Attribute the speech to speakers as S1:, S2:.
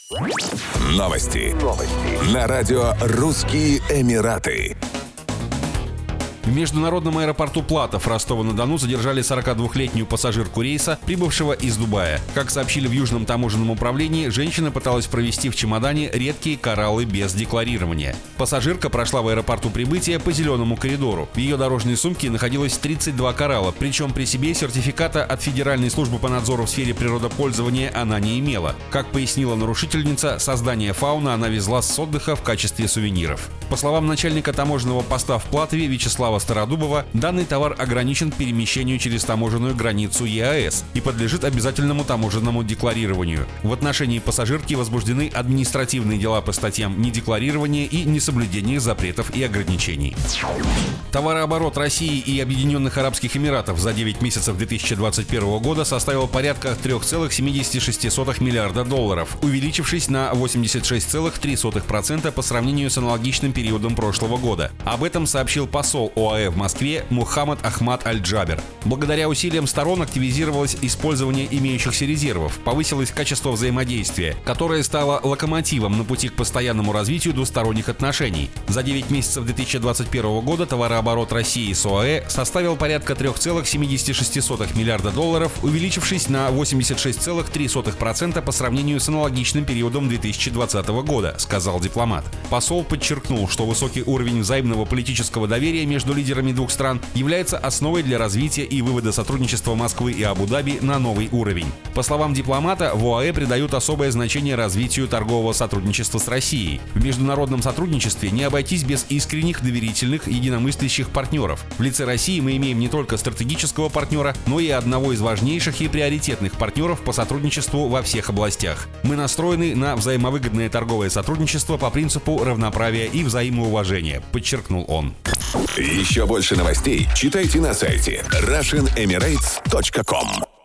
S1: Новости. На радио «Русские Эмираты».
S2: В международном аэропорту Платов Ростова-на-Дону задержали 42-летнюю пассажирку рейса, прибывшего из Дубая. Как сообщили в Южном таможенном управлении, женщина пыталась провезти в чемодане редкие кораллы без декларирования. Пассажирка прошла в аэропорту прибытия по зеленому коридору. В ее дорожной сумке находилось 32 коралла, причем при себе сертификата от Федеральной службы по надзору в сфере природопользования она не имела. Как пояснила нарушительница, создание фауны она везла с отдыха в качестве сувениров. По словам начальника таможенного поста в Платове Вячеслава Стародубова, данный товар ограничен к перемещению через таможенную границу ЕАЭС и подлежит обязательному таможенному декларированию. В отношении пассажирки возбуждены административные дела по статьям недекларирования и несоблюдения запретов и ограничений. Товарооборот России и Объединенных Арабских Эмиратов за 9 месяцев 2021 года составил порядка 3,76 миллиарда долларов, увеличившись на 86,3% по сравнению с аналогичным периодом прошлого года. Об этом сообщил посол ОАЭ в Москве Мухаммад Ахмад Аль-Джабер. Благодаря усилиям сторон активизировалось использование имеющихся резервов, повысилось качество взаимодействия, которое стало локомотивом на пути к постоянному развитию двусторонних отношений. За 9 месяцев 2021 года товарооборот России с ОАЭ составил порядка 3,76 миллиарда долларов, увеличившись на 86,3% по сравнению с аналогичным периодом 2020 года, сказал дипломат. Посол подчеркнул, что высокий уровень взаимного политического доверия между лидерами двух стран является основой для развития и вывода сотрудничества Москвы и Абу-Даби на новый уровень. По словам дипломата, в ОАЭ придают особое значение развитию торгового сотрудничества с Россией. В международном сотрудничестве не обойтись без искренних, доверительных, единомыслящих партнеров. В лице России мы имеем не только стратегического партнера, но и одного из важнейших и приоритетных партнеров по сотрудничеству во всех областях. Мы настроены на взаимовыгодное торговое сотрудничество по принципу равноправия и взаимоуважения, подчеркнул он.
S1: Еще больше новостей читайте на сайте RussianEmirates.com.